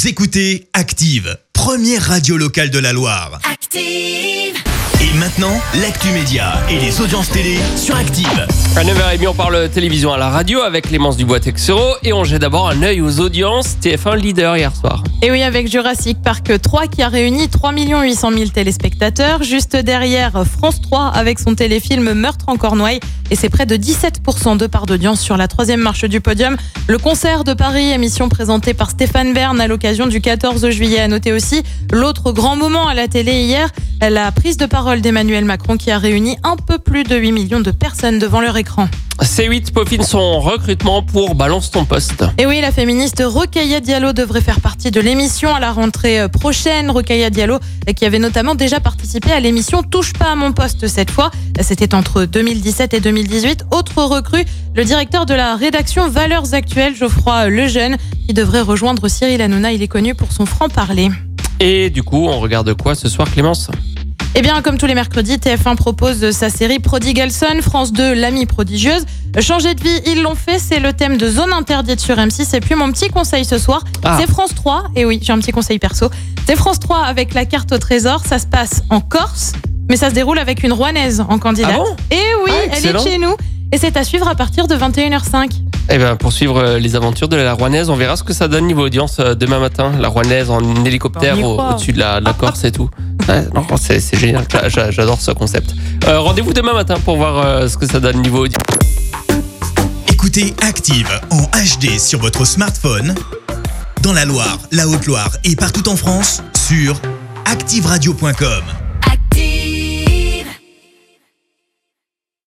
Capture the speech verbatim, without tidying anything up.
Vous écoutez Active, première radio locale de la Loire. Active! Et maintenant, l'actu média et les audiences télé sur Active. À neuf heures trente, on parle télévision à la radio avec Clémence Dubois-Texero et on jette d'abord un œil aux audiences. T F un leader hier soir. Et oui, avec Jurassic Park trois qui a réuni trois millions huit cent mille téléspectateurs. Juste derrière, France trois avec son téléfilm Meurtre en Cornouailles. Et c'est près de dix-sept pour cent de part d'audience sur la troisième marche du podium. Le concert de Paris, émission présentée par Stéphane Bern à l'occasion du quatorze juillet. À noter aussi l'autre grand moment à la télé hier, la prise de parole d'Emmanuel Macron qui a réuni un peu plus de huit millions de personnes devant leur écran. C huit peaufine son recrutement pour Balance ton poste. Et oui, la féministe Rokhaya Diallo devrait faire partie de l'émission à la rentrée prochaine. Rokhaya Diallo qui avait notamment déjà participé à l'émission Touche pas à mon poste cette fois. C'était entre deux mille dix-sept et deux mille dix-huit. Autre recrue, le directeur de la rédaction Valeurs Actuelles, Geoffroy Lejeune, qui devrait rejoindre Cyril Hanouna. Il est connu pour son franc-parler. Et du coup, on regarde quoi ce soir, Clémence ? Eh bien, comme tous les mercredis, T F un propose sa série Prodigal Son, France deux, L'amie prodigieuse. Changer de vie, ils l'ont fait, c'est le thème de Zone interdite sur M six. Et puis mon petit conseil ce soir, ah. c'est France trois. Et oui, j'ai un petit conseil perso. C'est France trois avec la carte au trésor. Ça se passe en Corse, mais ça se déroule avec une Rouennaise en candidate. Ah bon ? Et oui, ah, elle est chez nous. Et c'est à suivre à partir de vingt et une heures cinq. Eh bien, pour suivre les aventures de la Rouennaise, on verra ce que ça donne niveau audience demain matin. La Rouennaise en hélicoptère au, au-dessus de la, de la Corse et tout. Ouais, non, c'est, c'est génial, j'adore ce concept. Euh, rendez-vous demain matin pour voir euh, ce que ça donne niveau audience. Écoutez Active en H D sur votre smartphone, dans la Loire, la Haute-Loire et partout en France, sur active radio point com.